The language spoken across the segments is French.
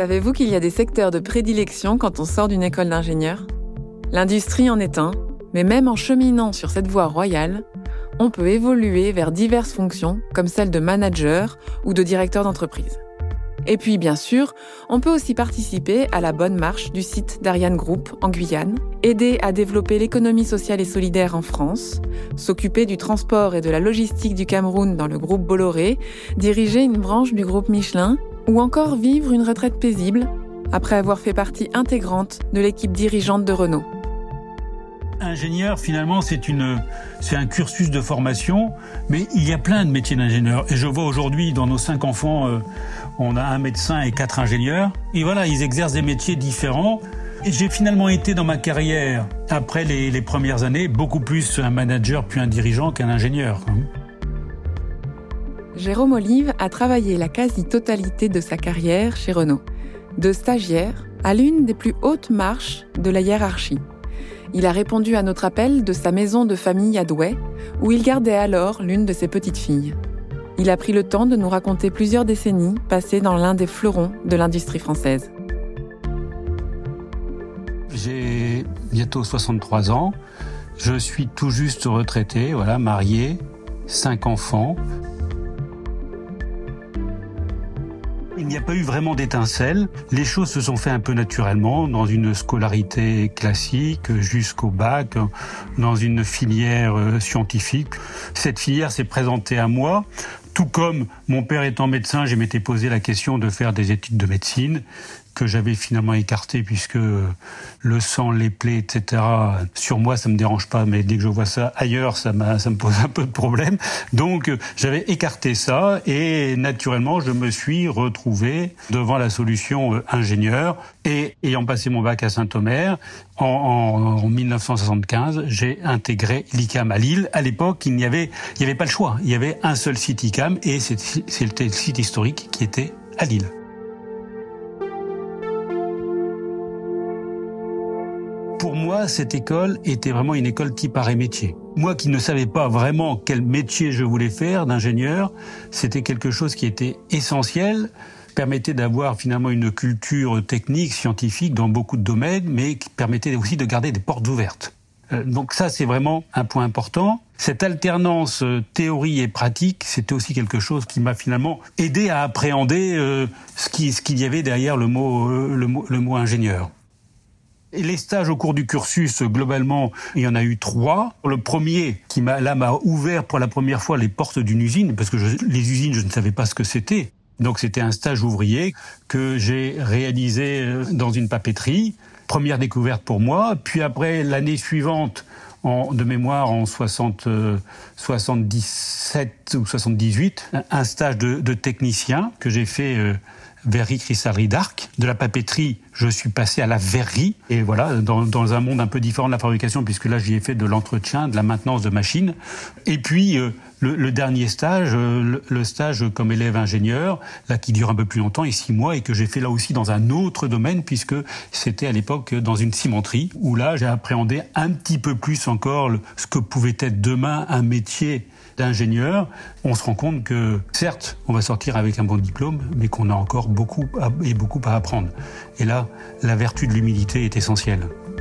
Savez-vous qu'il y a des secteurs de prédilection quand on sort d'une école d'ingénieur ? L'industrie en est un, mais même en cheminant sur cette voie royale, on peut évoluer vers diverses fonctions comme celle de manager ou de directeur d'entreprise. Et puis, bien sûr, on peut aussi participer à la bonne marche du site d'Ariane Group en Guyane, aider à développer l'économie sociale et solidaire en France, s'occuper du transport et de la logistique du Cameroun dans le groupe Bolloré, diriger une branche du groupe Michelin, ou encore vivre une retraite paisible après avoir fait partie intégrante de l'équipe dirigeante de Renault. Ingénieur, finalement, c'est un cursus de formation, mais il y a plein de métiers d'ingénieur. Et je vois aujourd'hui, dans nos 5 enfants, on a un médecin et 4 ingénieurs. Et voilà, ils exercent des métiers différents. Et j'ai finalement été dans ma carrière, après les premières années, beaucoup plus un manager puis un dirigeant qu'un ingénieur. Jérôme Olive a travaillé la quasi-totalité de sa carrière chez Renault, de stagiaire à l'une des plus hautes marches de la hiérarchie. Il a répondu à notre appel de sa maison de famille à Douai, où il gardait alors l'une de ses petites filles. Il a pris le temps de nous raconter plusieurs décennies passées dans l'un des fleurons de l'industrie française. J'ai bientôt 63 ans. Je suis tout juste retraité, marié, 5 enfants. Il n'y a pas eu vraiment d'étincelle. Les choses se sont faites un peu naturellement, dans une scolarité classique, jusqu'au bac, dans une filière scientifique. Cette filière s'est présentée à moi. Tout comme mon père étant médecin, je m'étais posé la question de faire des études de médecine, que j'avais finalement écarté puisque le sang, les plaies, etc., sur moi, ça me dérange pas, mais dès que je vois ça ailleurs, ça me pose un peu de problème. Donc, j'avais écarté ça et naturellement, je me suis retrouvé devant la solution ingénieur et ayant passé mon bac à Saint-Omer, en 1975, j'ai intégré l'ICAM à Lille. À l'époque, il n'y avait pas le choix. Il y avait un seul site ICAM et c'était le site historique qui était à Lille. Pour moi, cette école était vraiment une école type arts et métiers. Moi qui ne savais pas vraiment quel métier je voulais faire d'ingénieur, c'était quelque chose qui était essentiel, permettait d'avoir finalement une culture technique, scientifique dans beaucoup de domaines, mais qui permettait aussi de garder des portes ouvertes. Donc ça, c'est vraiment un point important. Cette alternance théorie et pratique, c'était aussi quelque chose qui m'a finalement aidé à appréhender ce qu'il y avait derrière le mot ingénieur. Et les stages au cours du cursus, globalement, il y en a eu 3. Le premier qui m'a ouvert pour la première fois les portes d'une usine, parce que les usines, je ne savais pas ce que c'était. Donc c'était un stage ouvrier que j'ai réalisé dans une papeterie. Première découverte pour moi. Puis après, l'année suivante, de mémoire en 77 ou 78, un stage de technicien que j'ai fait verrerie, cristallerie d'Arc. De la papeterie, je suis passé à la verrerie. Et voilà, dans un monde un peu différent de la fabrication, puisque là, j'y ai fait de l'entretien, de la maintenance de machines. Et puis, le dernier stage, le stage comme élève ingénieur, là, qui dure un peu plus longtemps, et 6 mois, et que j'ai fait là aussi dans un autre domaine, puisque c'était à l'époque dans une cimenterie, où là, j'ai appréhendé un petit peu plus encore ce que pouvait être demain un métier d'ingénieur. On se rend compte que, certes, on va sortir avec un bon diplôme, mais qu'on a encore beaucoup à apprendre. Et là, la vertu de l'humilité est essentielle.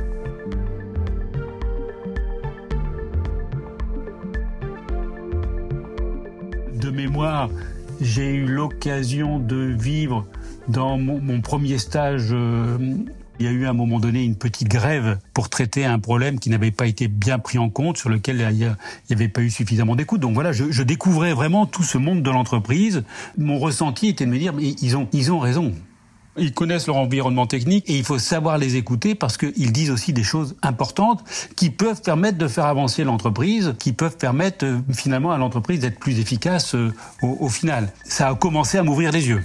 De mémoire, j'ai eu l'occasion de vivre dans mon premier stage. Il y a eu à un moment donné une petite grève pour traiter un problème qui n'avait pas été bien pris en compte, sur lequel il n'y avait pas eu suffisamment d'écoute. Donc voilà, je découvrais vraiment tout ce monde de l'entreprise. Mon ressenti était de me dire, mais ils ont raison. Ils connaissent leur environnement technique et il faut savoir les écouter parce qu'ils disent aussi des choses importantes qui peuvent permettre de faire avancer l'entreprise, qui peuvent permettre finalement à l'entreprise d'être plus efficace au final. Ça a commencé à m'ouvrir les yeux.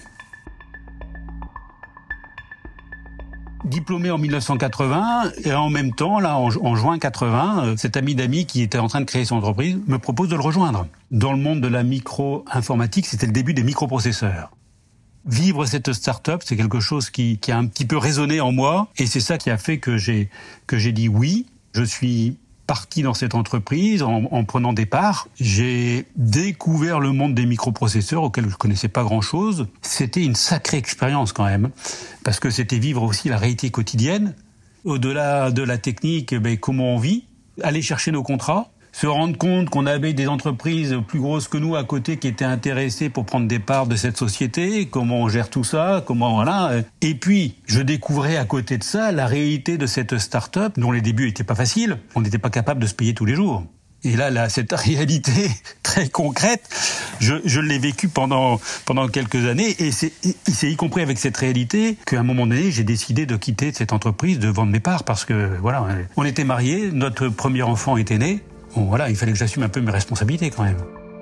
Diplômé en 1980, et en même temps, là, en juin 80, cet ami d'amis qui était en train de créer son entreprise me propose de le rejoindre. Dans le monde de la micro-informatique, c'était le début des microprocesseurs. Vivre cette start-up, c'est quelque chose qui a un petit peu résonné en moi, et c'est ça qui a fait que j'ai dit oui. Je suis parti dans cette entreprise en prenant des parts. J'ai découvert le monde des microprocesseurs auquel je connaissais pas grand-chose. C'était une sacrée expérience quand même, parce que c'était vivre aussi la réalité quotidienne. Au-delà de la technique, comment on vit, aller chercher nos contrats, se rendre compte qu'on avait des entreprises plus grosses que nous à côté qui étaient intéressées pour prendre des parts de cette société, comment on gère tout ça, voilà. Et puis, je découvrais à côté de ça la réalité de cette start-up dont les débuts étaient pas faciles. On n'était pas capable de se payer tous les jours. Et là, cette réalité très concrète, je l'ai vécue pendant quelques années, et c'est y compris avec cette réalité qu'à un moment donné, j'ai décidé de quitter cette entreprise, de vendre mes parts, parce que voilà, on était mariés, notre premier enfant était né. Bon, voilà, il fallait que j'assume un peu mes responsabilités quand même.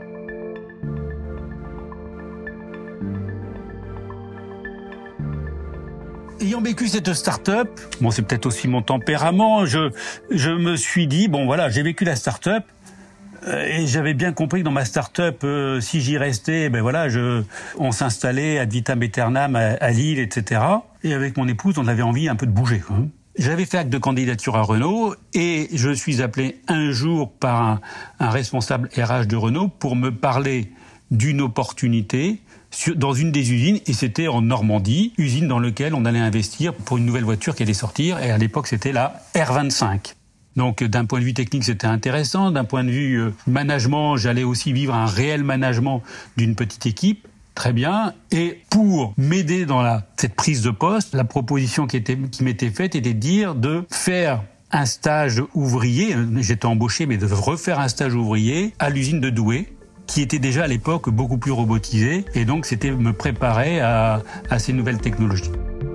Ayant vécu cette start-up, bon, c'est peut-être aussi mon tempérament, je me suis dit, bon voilà, j'ai vécu la start-up, et j'avais bien compris que dans ma start-up, si j'y restais, on s'installait ad vitam aeternam à Lille, etc. Et avec mon épouse, on avait envie un peu de bouger, quoi. J'avais fait acte de candidature à Renault et je suis appelé un jour par un responsable RH de Renault pour me parler d'une opportunité dans une des usines, et c'était en Normandie, usine dans laquelle on allait investir pour une nouvelle voiture qui allait sortir, et à l'époque c'était la R25. Donc d'un point de vue technique c'était intéressant, d'un point de vue management, j'allais aussi vivre un réel management d'une petite équipe. Très bien. Et pour m'aider dans cette prise de poste, la proposition qui m'était faite était de dire de faire un stage ouvrier. J'étais embauché, mais de refaire un stage ouvrier à l'usine de Douai, qui était déjà à l'époque beaucoup plus robotisée. Et donc, c'était me préparer à ces nouvelles technologies.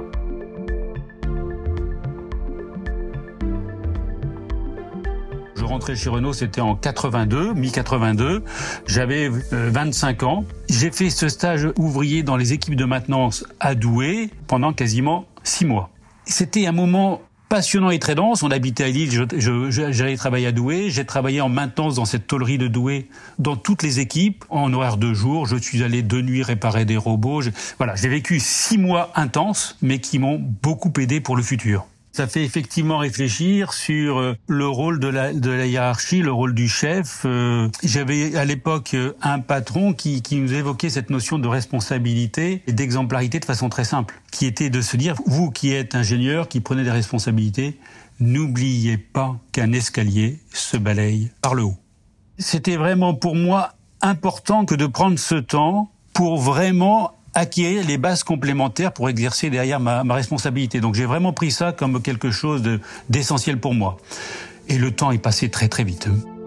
Je rentrais chez Renault, c'était en 82, mi-82. J'avais 25 ans. J'ai fait ce stage ouvrier dans les équipes de maintenance à Douai pendant quasiment 6 mois. C'était un moment passionnant et très dense. On habitait à Lille, j'allais travailler à Douai. J'ai travaillé en maintenance dans cette tôlerie de Douai, dans toutes les équipes, en horaire de jour. Je suis allé de nuit réparer des robots. J'ai vécu 6 mois intenses, mais qui m'ont beaucoup aidé pour le futur. Ça fait effectivement réfléchir sur le rôle de la hiérarchie, le rôle du chef. J'avais à l'époque un patron qui nous évoquait cette notion de responsabilité et d'exemplarité de façon très simple, qui était de se dire, vous qui êtes ingénieur, qui prenez des responsabilités, n'oubliez pas qu'un escalier se balaye par le haut. C'était vraiment pour moi important que de prendre ce temps pour vraiment acquérir les bases complémentaires pour exercer derrière ma responsabilité. Donc j'ai vraiment pris ça comme quelque chose d'essentiel pour moi. Et le temps est passé très très vite.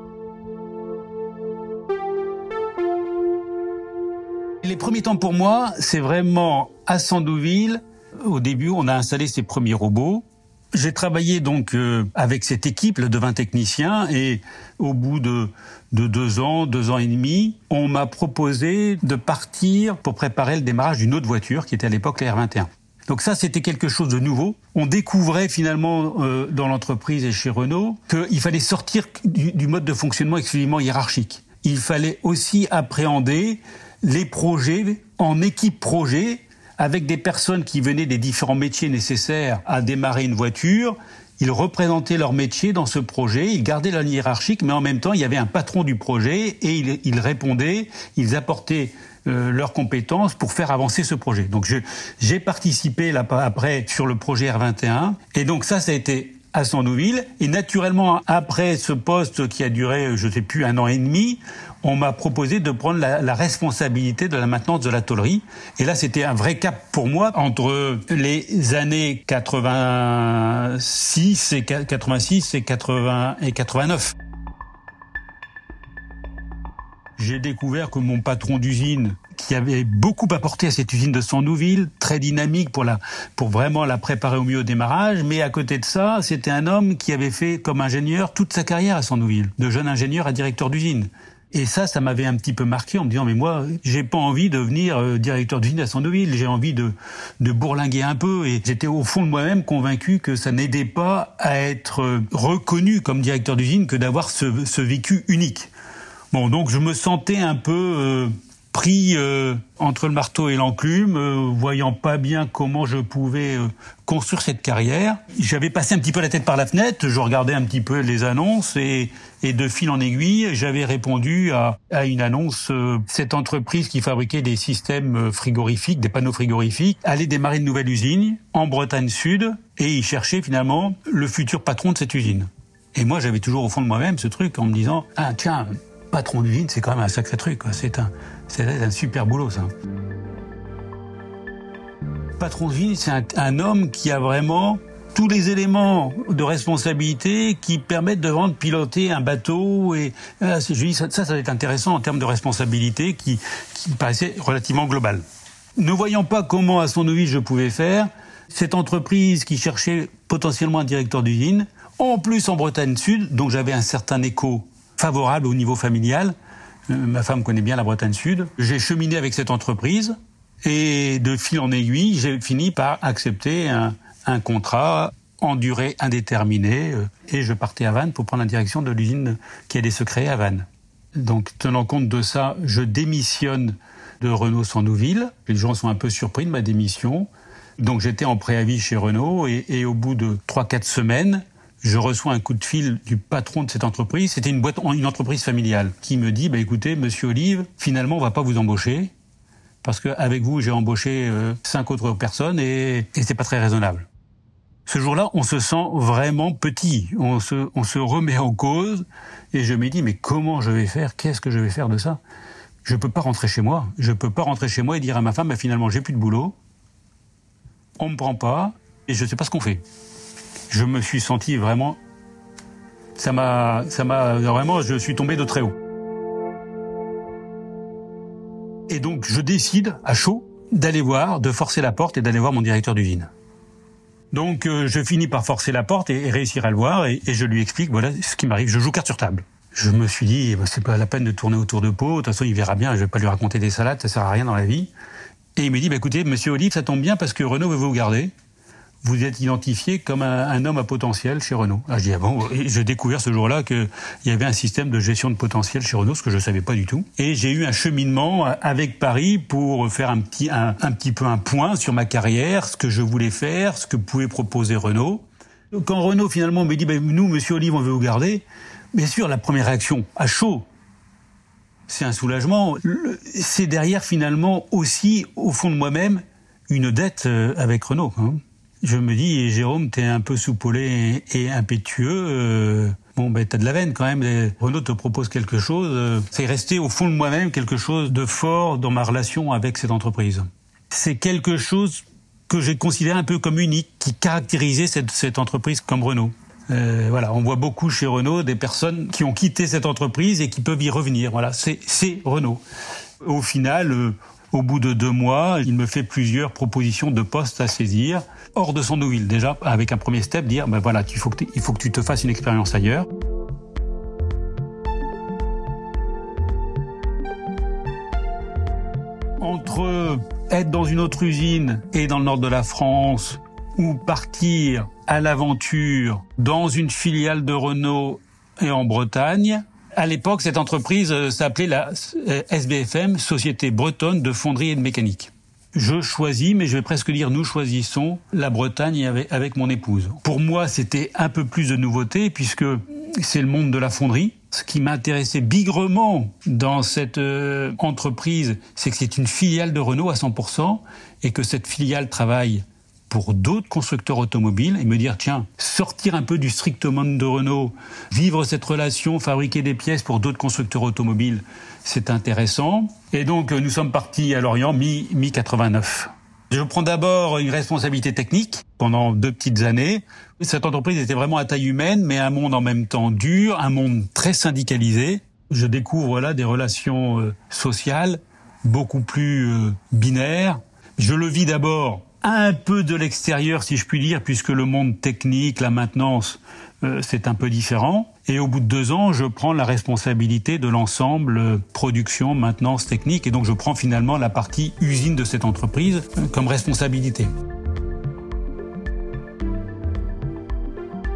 Les premiers temps pour moi, c'est vraiment à Sandouville. Au début, on a installé ces premiers robots. J'ai travaillé donc avec cette équipe de 20 techniciens, et au bout de 2 ans et demi, on m'a proposé de partir pour préparer le démarrage d'une autre voiture qui était à l'époque la R21. Donc ça, c'était quelque chose de nouveau. On découvrait finalement dans l'entreprise et chez Renault qu'il fallait sortir du mode de fonctionnement exclusivement hiérarchique. Il fallait aussi appréhender les projets en équipe projet, avec des personnes qui venaient des différents métiers nécessaires à démarrer une voiture. Ils représentaient leur métier dans ce projet, ils gardaient la ligne hiérarchique, mais en même temps, il y avait un patron du projet et ils répondaient, ils apportaient leurs compétences pour faire avancer ce projet. Donc j'ai participé là après sur le projet R21, et donc ça a été à Sandouville. Et naturellement, après ce poste qui a duré, je ne sais plus, 1 an et demi, on m'a proposé de prendre la responsabilité de la maintenance de la tôlerie. Et là, c'était un vrai cap pour moi entre les années 86 et 89. J'ai découvert que mon patron d'usine, qui avait beaucoup apporté à cette usine de Sandouville, très dynamique pour vraiment la préparer au mieux au démarrage, mais à côté de ça, c'était un homme qui avait fait comme ingénieur toute sa carrière à Sandouville, de jeune ingénieur à directeur d'usine. Et ça m'avait un petit peu marqué en me disant, mais moi, j'ai pas envie de devenir directeur d'usine à Sandouville, j'ai envie de bourlinguer un peu. Et j'étais au fond de moi-même convaincu que ça n'aidait pas à être reconnu comme directeur d'usine que d'avoir ce vécu unique. Bon, donc je me sentais un peu pris entre le marteau et l'enclume, voyant pas bien comment je pouvais construire cette carrière. J'avais passé un petit peu la tête par la fenêtre, je regardais un petit peu les annonces et de fil en aiguille, j'avais répondu à une annonce. Cette entreprise qui fabriquait des systèmes frigorifiques, des panneaux frigorifiques, allait démarrer une nouvelle usine en Bretagne Sud et il cherchait finalement le futur patron de cette usine. Et moi, j'avais toujours au fond de moi-même ce truc en me disant « Ah tiens, patron d'usine, c'est quand même un sacré truc, quoi. C'est un super boulot, ça. » Patron d'usine, c'est un homme qui a vraiment tous les éléments de responsabilité qui permettent de vraiment piloter un bateau. Et je dis, ça va être intéressant en termes de responsabilité qui me paraissait relativement global. Ne voyant pas comment à son novice je pouvais faire, cette entreprise qui cherchait potentiellement un directeur d'usine, en plus en Bretagne Sud, donc j'avais un certain écho favorable au niveau familial. Ma femme connaît bien la Bretagne Sud. J'ai cheminé avec cette entreprise et de fil en aiguille, j'ai fini par accepter un contrat en durée indéterminée et je partais à Vannes pour prendre la direction de l'usine qui allait se créer à Vannes. Donc, tenant compte de ça, je démissionne de Renault Sandouville. Les gens sont un peu surpris de ma démission. Donc, j'étais en préavis chez Renault et au bout de 3-4 semaines, je reçois un coup de fil du patron de cette entreprise. C'était une entreprise familiale qui me dit écoutez, monsieur Olive, finalement, on va pas vous embaucher parce qu'avec vous, j'ai embauché 5 autres personnes et c'est pas très raisonnable. Ce jour-là, on se sent vraiment petit. On se remet en cause et je me dis mais comment je vais faire ? Qu'est-ce que je vais faire de ça ? Je peux pas rentrer chez moi. Je peux pas rentrer chez moi et dire à ma femme finalement, j'ai plus de boulot. On me prend pas et je sais pas ce qu'on fait. Je me suis senti vraiment, ça m'a vraiment, je suis tombé de très haut. Et donc, je décide, à chaud, de forcer la porte et d'aller voir mon directeur d'usine. Donc, je finis par forcer la porte et réussir à le voir et je lui explique, voilà ce qui m'arrive, je joue carte sur table. Je me suis dit, c'est pas la peine de tourner autour de pot, de toute façon, il verra bien, je vais pas lui raconter des salades, ça sert à rien dans la vie. Et il me dit, écoutez, monsieur Olive, ça tombe bien parce que Renault veut vous garder. Vous êtes identifié comme un homme à potentiel chez Renault. Je dis, et j'ai découvert ce jour-là qu'il y avait un système de gestion de potentiel chez Renault, ce que je ne savais pas du tout. Et j'ai eu un cheminement avec Paris pour faire un petit peu un point sur ma carrière, ce que je voulais faire, ce que pouvait proposer Renault. Quand Renault finalement me dit, nous, monsieur Olive, on veut vous garder, bien sûr, la première réaction, à chaud, c'est un soulagement. C'est derrière finalement aussi, au fond de moi-même, une dette avec Renault, hein. Je me dis, Jérôme, t'es un peu soupolé et impétueux. T'as de la veine quand même. Renault te propose quelque chose. C'est resté au fond de moi-même quelque chose de fort dans ma relation avec cette entreprise. C'est quelque chose que j'ai considéré un peu comme unique, qui caractérisait cette entreprise comme Renault. On voit beaucoup chez Renault des personnes qui ont quitté cette entreprise et qui peuvent y revenir. Voilà, c'est Renault. Au final, au bout de 2 mois, il me fait plusieurs propositions de postes à saisir, hors de Sandouville déjà, avec un premier step, dire il faut que tu te fasses une expérience ailleurs. Entre être dans une autre usine et dans le nord de la France, ou partir à l'aventure dans une filiale de Renault et en Bretagne, à l'époque, cette entreprise s'appelait la SBFM, Société Bretonne de Fonderie et de Mécanique. Je choisis, mais je vais presque dire nous choisissons la Bretagne avec mon épouse. Pour moi, c'était un peu plus de nouveauté puisque c'est le monde de la fonderie. Ce qui m'intéressait bigrement dans cette entreprise, c'est que c'est une filiale de Renault à 100% et que cette filiale travaille pour d'autres constructeurs automobiles et me dire, tiens, sortir un peu du strict monde de Renault, vivre cette relation, fabriquer des pièces pour d'autres constructeurs automobiles, c'est intéressant. Et donc, nous sommes partis à Lorient mi-89. Je prends d'abord une responsabilité technique pendant 2 petites années. Cette entreprise était vraiment à taille humaine, mais un monde en même temps dur, un monde très syndicalisé. Je découvre là des relations sociales beaucoup plus binaires. Je le vis d'abord un peu de l'extérieur, si je puis dire, puisque le monde technique, la maintenance, c'est un peu différent. Et au bout de 2 ans, je prends la responsabilité de l'ensemble production, maintenance, technique. Et donc, je prends finalement la partie usine de cette entreprise comme responsabilité.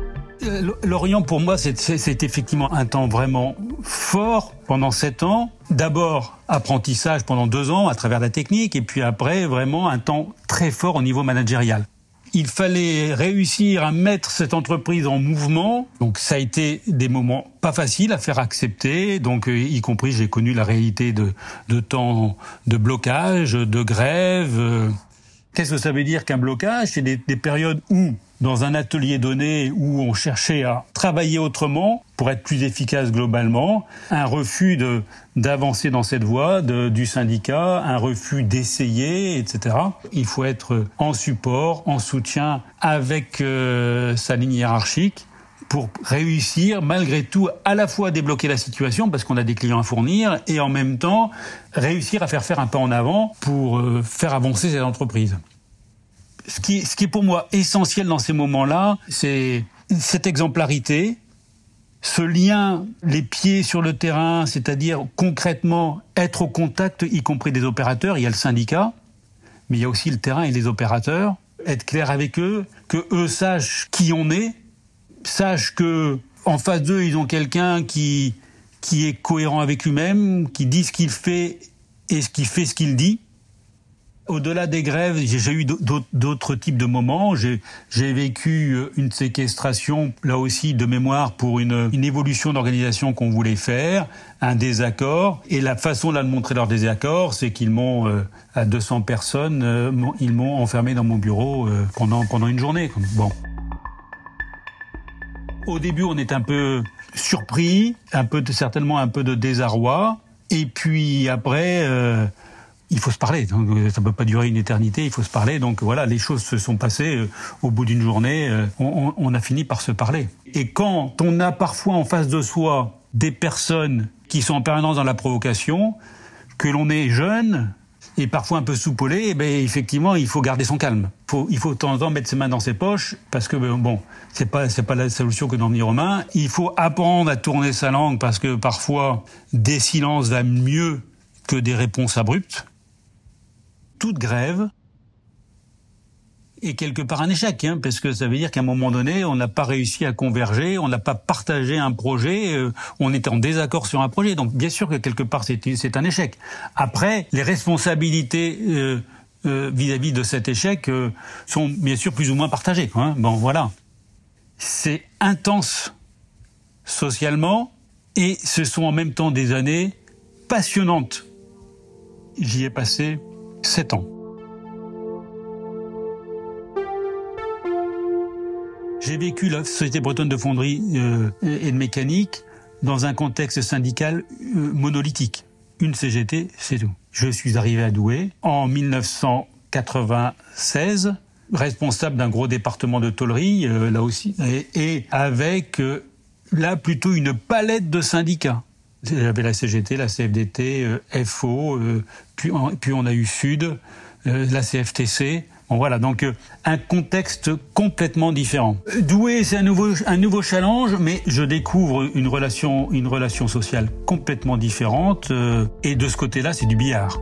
Lorient, pour moi, c'est effectivement un temps vraiment fort pendant 7 ans. D'abord, apprentissage pendant 2 ans à travers la technique, et puis après, vraiment un temps très fort au niveau managérial. Il fallait réussir à mettre cette entreprise en mouvement. Donc ça a été des moments pas faciles à faire accepter. Donc y compris, j'ai connu la réalité de temps de blocage, de grève. Qu'est-ce que ça veut dire qu'un blocage ? C'est des périodes où, dans un atelier donné, où on cherchait à travailler autrement pour être plus efficace globalement, un refus d'avancer dans cette voie du syndicat, un refus d'essayer, etc. Il faut être en support, en soutien avec sa ligne hiérarchique pour réussir, malgré tout, à la fois débloquer la situation, parce qu'on a des clients à fournir, et en même temps, réussir à faire un pas en avant pour faire avancer cette entreprise. Ce qui est pour moi essentiel dans ces moments-là, c'est cette exemplarité, ce lien, les pieds sur le terrain, c'est-à-dire concrètement être au contact, y compris des opérateurs. Il y a le syndicat, mais il y a aussi le terrain et les opérateurs. Être clair avec eux, que eux sachent qui on est, sachent que en face d'eux, ils ont quelqu'un qui est cohérent avec lui-même, qui dit ce qu'il fait et qui fait ce qu'il dit. Au-delà des grèves, j'ai eu d'autres types de moments. J'ai vécu une séquestration, là aussi, de mémoire pour une évolution d'organisation qu'on voulait faire, un désaccord. Et la façon là de montrer leur désaccord, c'est qu'ils m'ont, à 200 personnes, ils m'ont enfermé dans mon bureau pendant une journée. Bon. Au début, on est un peu surpris, certainement un peu de désarroi. Et puis après... il faut se parler, donc ça peut pas durer une éternité, il faut se parler. Donc voilà, les choses se sont passées au bout d'une journée, on a fini par se parler. Et quand on a parfois en face de soi des personnes qui sont en permanence dans la provocation, que l'on est jeune et parfois un peu soupolé, eh ben effectivement, il faut garder son calme. Il faut de temps en temps mettre ses mains dans ses poches, parce que bon, c'est pas la solution que d'en venir aux mains. Il faut apprendre à tourner sa langue, parce que parfois des silences valent mieux que des réponses abruptes. Toute grève est quelque part un échec, parce que ça veut dire qu'à un moment donné, on n'a pas réussi à converger, on n'a pas partagé un projet, on était en désaccord sur un projet. Donc bien sûr que quelque part c'est un échec. Après, les responsabilités vis-à-vis de cet échec sont bien sûr plus ou moins partagées. Bon, voilà. C'est intense socialement et ce sont en même temps des années passionnantes. J'y ai passé 7 ans. J'ai vécu la Société bretonne de fonderie et de mécanique dans un contexte syndical monolithique. Une CGT, c'est tout. Je suis arrivé à Douai en 1996, responsable d'un gros département de tôlerie, là aussi, et avec là plutôt une palette de syndicats. J'avais la CGT, la CFDT, FO, puis on a eu Sud, la CFTC. Bon voilà, donc un contexte complètement différent. Douai, c'est un nouveau challenge, mais je découvre une relation sociale complètement différente. Et de ce côté-là, c'est du billard.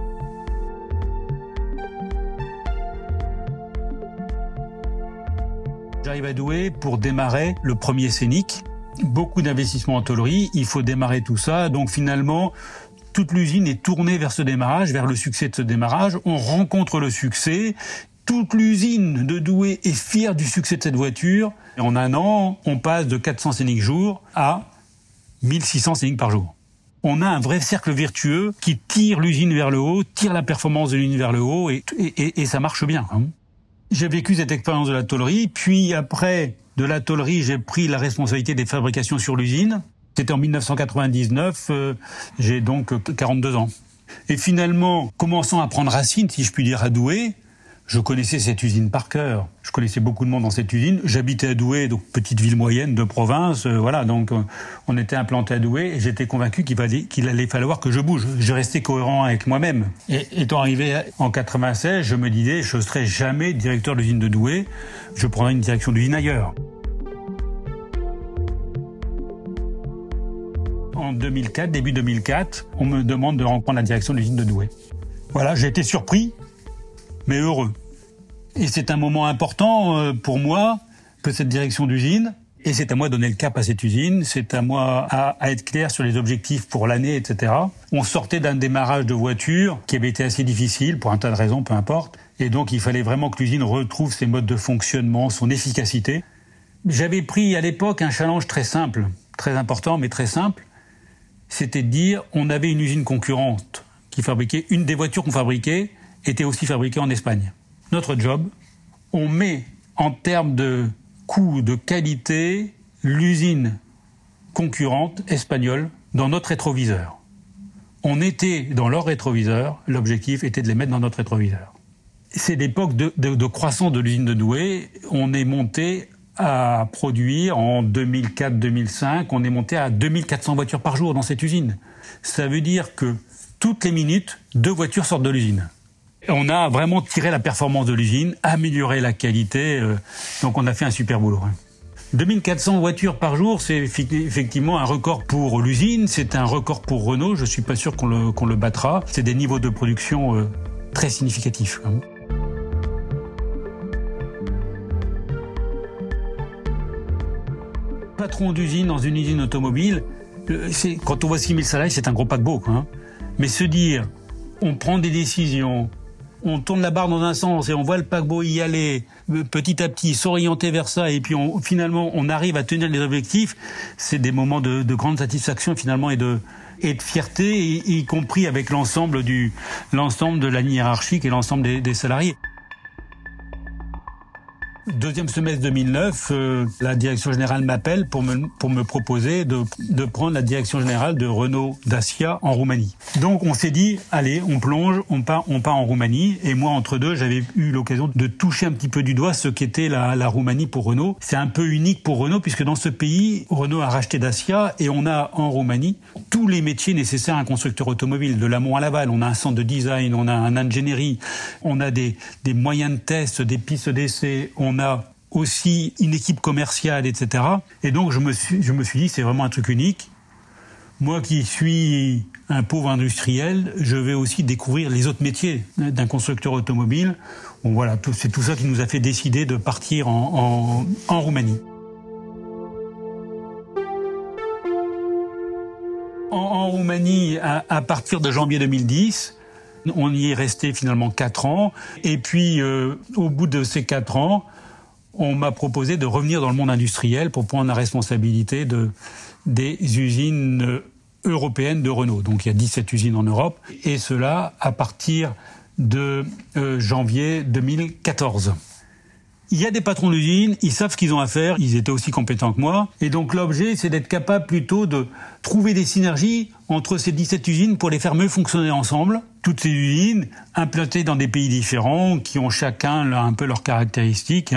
J'arrive à Douai pour démarrer le premier Scénic. Beaucoup d'investissements en tôlerie, il faut démarrer tout ça. Donc finalement, toute l'usine est tournée vers ce démarrage, vers le succès de ce démarrage. On rencontre le succès. Toute l'usine de Douai est fière du succès de cette voiture. Et en un an, on passe de 400 Scénic jour à 1600 Scénic par jour. On a un vrai cercle vertueux qui tire l'usine vers le haut, tire la performance de l'usine vers le haut, et ça marche bien. J'ai vécu cette expérience de la tôlerie, puis après... De la tôlerie, j'ai pris la responsabilité des fabrications sur l'usine. C'était en 1999, j'ai donc 42 ans. Et finalement, commençant à prendre racine, si je puis dire, à Douai, je connaissais cette usine par cœur. Je connaissais beaucoup de monde dans cette usine. J'habitais à Douai, donc petite ville moyenne de province. Voilà, donc on était implanté à Douai et j'étais convaincu qu'il allait falloir que je bouge. Je restais cohérent avec moi-même. Et étant arrivé en 96, je me disais, je ne serai jamais directeur de l'usine de Douai. Je prendrai une direction d'usine ailleurs. En 2004, début 2004, on me demande de reprendre la direction de l'usine de Douai. Voilà, j'ai été surpris, mais heureux. Et c'est un moment important pour moi, que cette direction d'usine. Et c'est à moi de donner le cap à cette usine, c'est à moi à être clair sur les objectifs pour l'année, etc. On sortait d'un démarrage de voiture qui avait été assez difficile, pour un tas de raisons, peu importe. Et donc il fallait vraiment que l'usine retrouve ses modes de fonctionnement, son efficacité. J'avais pris à l'époque un challenge très simple, très important, mais très simple. C'était de dire, on avait une usine concurrente qui fabriquait, une des voitures qu'on fabriquait était aussi fabriquée en Espagne. Notre job, on met en termes de coût, de qualité, l'usine concurrente espagnole dans notre rétroviseur. On était dans leur rétroviseur, l'objectif était de les mettre dans notre rétroviseur. C'est l'époque de croissance de l'usine de Douai. On est monté à produire en 2004-2005, on est monté à 2400 voitures par jour dans cette usine. Ça veut dire que toutes les minutes, 2 voitures sortent de l'usine. On a vraiment tiré la performance de l'usine, amélioré la qualité, donc on a fait un super boulot. 2400 voitures par jour, c'est effectivement un record pour l'usine, c'est un record pour Renault, je suis pas sûr qu'on le battra. C'est des niveaux de production très significatifs. Patron d'usine dans une usine automobile, quand on voit 6000 salariés, c'est un gros paquebot, quoi. Mais se dire, on prend des décisions, on tourne la barre dans un sens et on voit le paquebot y aller petit à petit, s'orienter vers ça, et puis finalement on arrive à tenir les objectifs, c'est des moments de grande satisfaction finalement et de fierté, y compris avec l'ensemble de la ligne hiérarchique et l'ensemble des salariés. Deuxième semestre 2009, la direction générale m'appelle pour me proposer de prendre la direction générale de Renault Dacia en Roumanie. Donc on s'est dit, allez, on plonge, on part en Roumanie. Et moi, entre deux, j'avais eu l'occasion de toucher un petit peu du doigt ce qu'était la Roumanie pour Renault. C'est un peu unique pour Renault, puisque dans ce pays, Renault a racheté Dacia et on a en Roumanie tous les métiers nécessaires à un constructeur automobile, de l'amont à l'aval. On a un centre de design, on a un ingénierie, on a des moyens de test, des pistes d'essai, on a aussi une équipe commerciale, etc. Et donc je me suis dit, c'est vraiment un truc unique. Moi qui suis un pauvre industriel, je vais aussi découvrir les autres métiers d'un constructeur automobile. Bon, voilà, c'est tout ça qui nous a fait décider de partir en Roumanie. En Roumanie, à partir de janvier 2010, on y est resté finalement 4 ans. Et puis, au bout de ces 4 ans, on m'a proposé de revenir dans le monde industriel pour prendre la responsabilité des usines européennes de Renault. Donc il y a 17 usines en Europe, et cela à partir de janvier 2014. Il y a des patrons d'usines, ils savent ce qu'ils ont à faire, ils étaient aussi compétents que moi. Et donc l'objet, c'est d'être capable plutôt de trouver des synergies entre ces 17 usines pour les faire mieux fonctionner ensemble. Toutes ces usines implantées dans des pays différents, qui ont chacun un peu leurs caractéristiques.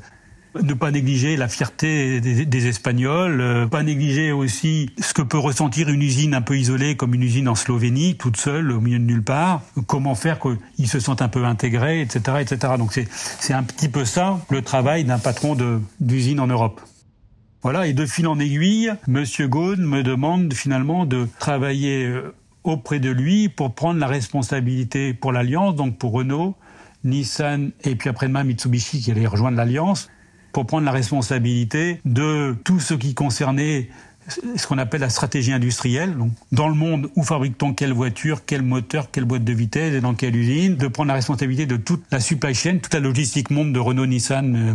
Ne pas négliger la fierté des Espagnols, pas négliger aussi ce que peut ressentir une usine un peu isolée comme une usine en Slovénie, toute seule, au milieu de nulle part. Comment faire qu'ils se sentent un peu intégrés, etc., etc. Donc c'est un petit peu ça, le travail d'un patron d'usine en Europe. Voilà, et de fil en aiguille, Monsieur Ghosn me demande finalement de travailler auprès de lui pour prendre la responsabilité pour l'Alliance, donc pour Renault, Nissan et puis après-demain Mitsubishi qui allait rejoindre l'Alliance, pour prendre la responsabilité de tout ce qui concernait ce qu'on appelle la stratégie industrielle. Donc, dans le monde, où fabrique-t-on quelle voiture, quel moteur, quelle boîte de vitesse et dans quelle usine, de prendre la responsabilité de toute la supply chain, toute la logistique monde de Renault, Nissan.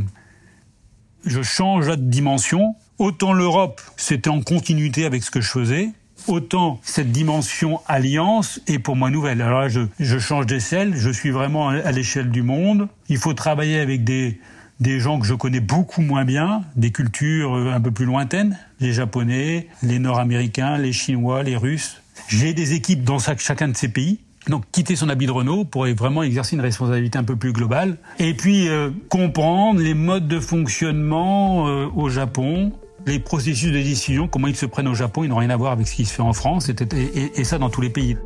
Je change de dimension. Autant l'Europe, c'était en continuité avec ce que je faisais, autant cette dimension alliance est pour moi nouvelle. Alors là, je change d'échelle, je suis vraiment à l'échelle du monde. Il faut travailler avec des gens que je connais beaucoup moins bien, des cultures un peu plus lointaines, les Japonais, les Nord-Américains, les Chinois, les Russes. J'ai des équipes dans chacun de ces pays. Donc quitter son habit de Renault pour vraiment exercer une responsabilité un peu plus globale. Et puis comprendre les modes de fonctionnement au Japon, les processus de décision, comment ils se prennent au Japon, ils n'ont rien à voir avec ce qui se fait en France, et ça dans tous les pays.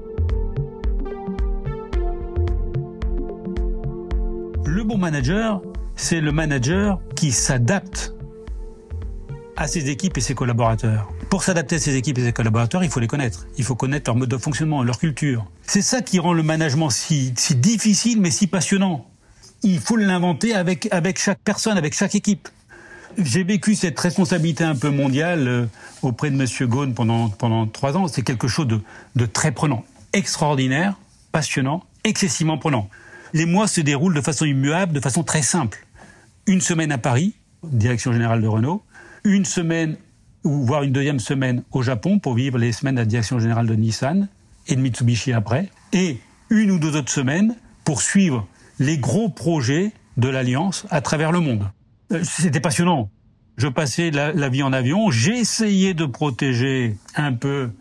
Le bon manager, c'est le manager qui s'adapte à ses équipes et ses collaborateurs. Pour s'adapter à ses équipes et ses collaborateurs, il faut les connaître. Il faut connaître leur mode de fonctionnement, leur culture. C'est ça qui rend le management si difficile mais si passionnant. Il faut l'inventer avec chaque personne, avec chaque équipe. J'ai vécu cette responsabilité un peu mondiale auprès de Monsieur Ghosn pendant 3 ans. C'est quelque chose de très prenant, extraordinaire, passionnant, excessivement prenant. Les mois se déroulent de façon immuable, de façon très simple. 1 semaine à Paris, direction générale de Renault, 1 semaine, ou voire une 2e semaine au Japon pour vivre les semaines de la direction générale de Nissan et de Mitsubishi après, et 1 ou 2 autres semaines pour suivre les gros projets de l'Alliance à travers le monde. C'était passionnant. Je passais la vie en avion, j'ai essayé de protéger un peu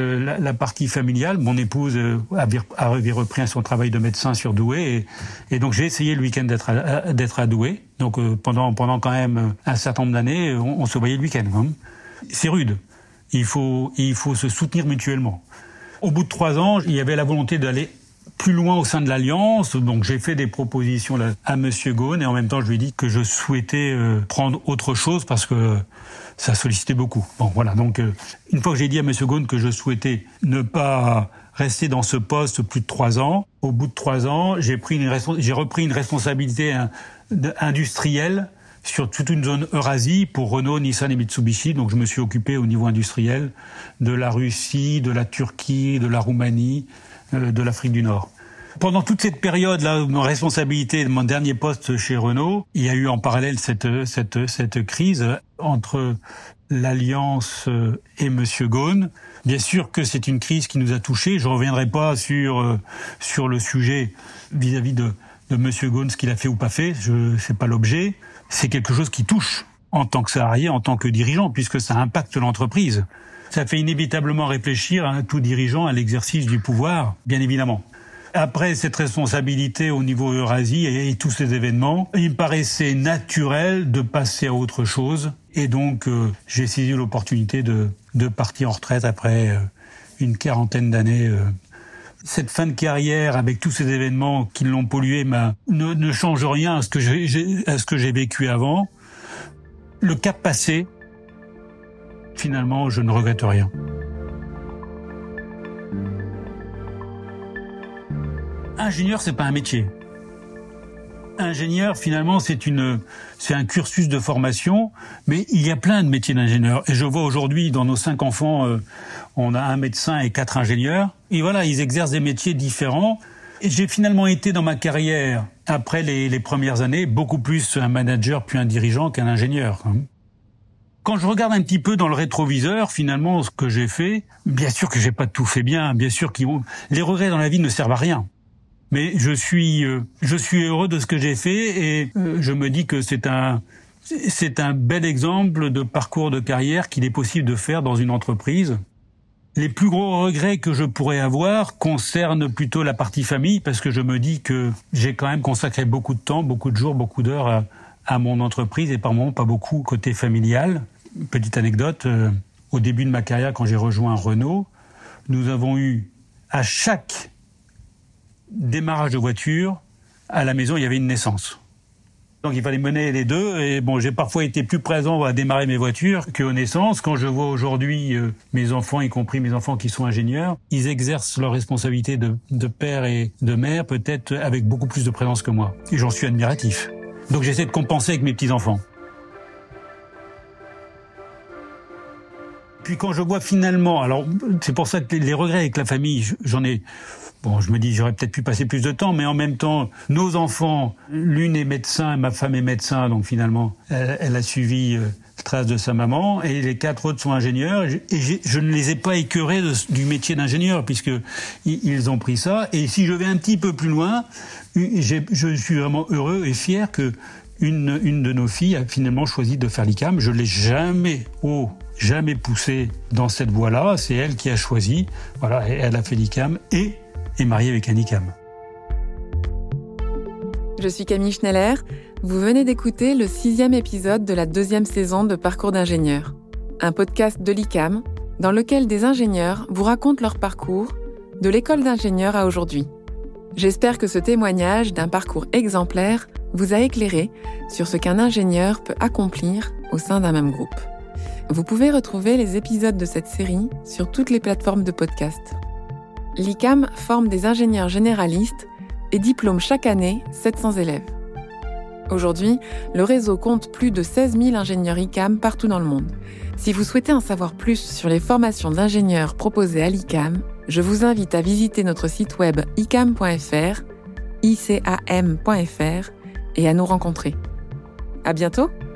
la partie familiale. Mon épouse avait repris son travail de médecin sur Douai et donc j'ai essayé le week-end d'être à Douai. Donc pendant quand même un certain nombre d'années, on se voyait le week-end. Hein. C'est rude. Il faut se soutenir mutuellement. Au bout de 3 ans, il y avait la volonté d'aller plus loin au sein de l'Alliance, donc j'ai fait des propositions à Monsieur Ghosn et en même temps je lui ai dit que je souhaitais prendre autre chose parce que ça sollicitait beaucoup. Bon voilà, donc une fois que j'ai dit à Monsieur Ghosn que je souhaitais ne pas rester dans ce poste plus de 3 ans, au bout de 3 ans, j'ai repris une responsabilité industrielle sur toute une zone Eurasie pour Renault, Nissan et Mitsubishi. Donc je me suis occupé au niveau industriel de la Russie, de la Turquie, de la Roumanie, de l'Afrique du Nord. Pendant toute cette période-là, mon responsabilité de mon dernier poste chez Renault, il y a eu en parallèle cette crise entre l'Alliance et Monsieur Ghosn. Bien sûr que c'est une crise qui nous a touchés. Je reviendrai pas sur le sujet vis-à-vis de Monsieur Ghosn, ce qu'il a fait ou pas fait. C'est pas l'objet. C'est quelque chose qui touche en tant que salarié, en tant que dirigeant, puisque ça impacte l'entreprise. Ça fait inévitablement réfléchir à tout dirigeant à l'exercice du pouvoir, bien évidemment. Après cette responsabilité au niveau Eurasie et tous ces événements, il me paraissait naturel de passer à autre chose. Et donc, j'ai saisi l'opportunité de partir en retraite après une 40aine d'années. Cette fin de carrière, avec tous ces événements qui l'ont pollué, ne change rien à ce que j'ai vécu avant. Le cap passé, finalement, je ne regrette rien. Ingénieur, c'est pas un métier. Ingénieur, finalement, c'est un cursus de formation, mais il y a plein de métiers d'ingénieur. Et je vois aujourd'hui, dans nos 5 enfants, on a 1 médecin et 4 ingénieurs. Et voilà, ils exercent des métiers différents. Et j'ai finalement été dans ma carrière, après les premières années, beaucoup plus un manager puis un dirigeant qu'un ingénieur. Quand je regarde un petit peu dans le rétroviseur, finalement, ce que j'ai fait, bien sûr que j'ai pas tout fait bien, bien sûr les regrets dans la vie ne servent à rien. Mais je suis heureux de ce que j'ai fait et je me dis que c'est un bel exemple de parcours de carrière qu'il est possible de faire dans une entreprise. Les plus gros regrets que je pourrais avoir concernent plutôt la partie famille parce que je me dis que j'ai quand même consacré beaucoup de temps, beaucoup de jours, beaucoup d'heures à mon entreprise et par moments pas beaucoup côté familial. Petite anecdote, au début de ma carrière quand j'ai rejoint Renault, nous avons eu à chaque démarrage de voiture, à la maison, il y avait une naissance. Donc il fallait mener les deux. Et bon, j'ai parfois été plus présent à démarrer mes voitures qu'aux naissances. Quand je vois aujourd'hui mes enfants, y compris mes enfants qui sont ingénieurs, ils exercent leur responsabilité de père et de mère peut-être avec beaucoup plus de présence que moi. Et j'en suis admiratif. Donc j'essaie de compenser avec mes petits-enfants. Puis quand je vois finalement, alors c'est pour ça que les regrets avec la famille, j'en ai... Bon, je me dis, j'aurais peut-être pu passer plus de temps, mais en même temps, nos enfants, l'une est médecin, ma femme est médecin, donc finalement, elle a suivi le trace de sa maman, et les 4 autres sont ingénieurs, et je ne les ai pas écœurés du métier d'ingénieur, puisque ils ont pris ça, et si je vais un petit peu plus loin, je suis vraiment heureux et fier que une de nos filles a finalement choisi de faire l'ICAM. Je l'ai jamais poussée dans cette voie-là, c'est elle qui a choisi, voilà, elle a fait l'ICAM, et est mariée avec un ICAM. Je suis Camille Schneller. Vous venez d'écouter le 6e épisode de la 2e saison de Parcours d'ingénieur, un podcast de l'ICAM dans lequel des ingénieurs vous racontent leur parcours de l'école d'ingénieur à aujourd'hui. J'espère que ce témoignage d'un parcours exemplaire vous a éclairé sur ce qu'un ingénieur peut accomplir au sein d'un même groupe. Vous pouvez retrouver les épisodes de cette série sur toutes les plateformes de podcast. L'ICAM forme des ingénieurs généralistes et diplôme chaque année 700 élèves. Aujourd'hui, le réseau compte plus de 16 000 ingénieurs ICAM partout dans le monde. Si vous souhaitez en savoir plus sur les formations d'ingénieurs proposées à l'ICAM, je vous invite à visiter notre site web icam.fr, icam.fr, et à nous rencontrer. À bientôt!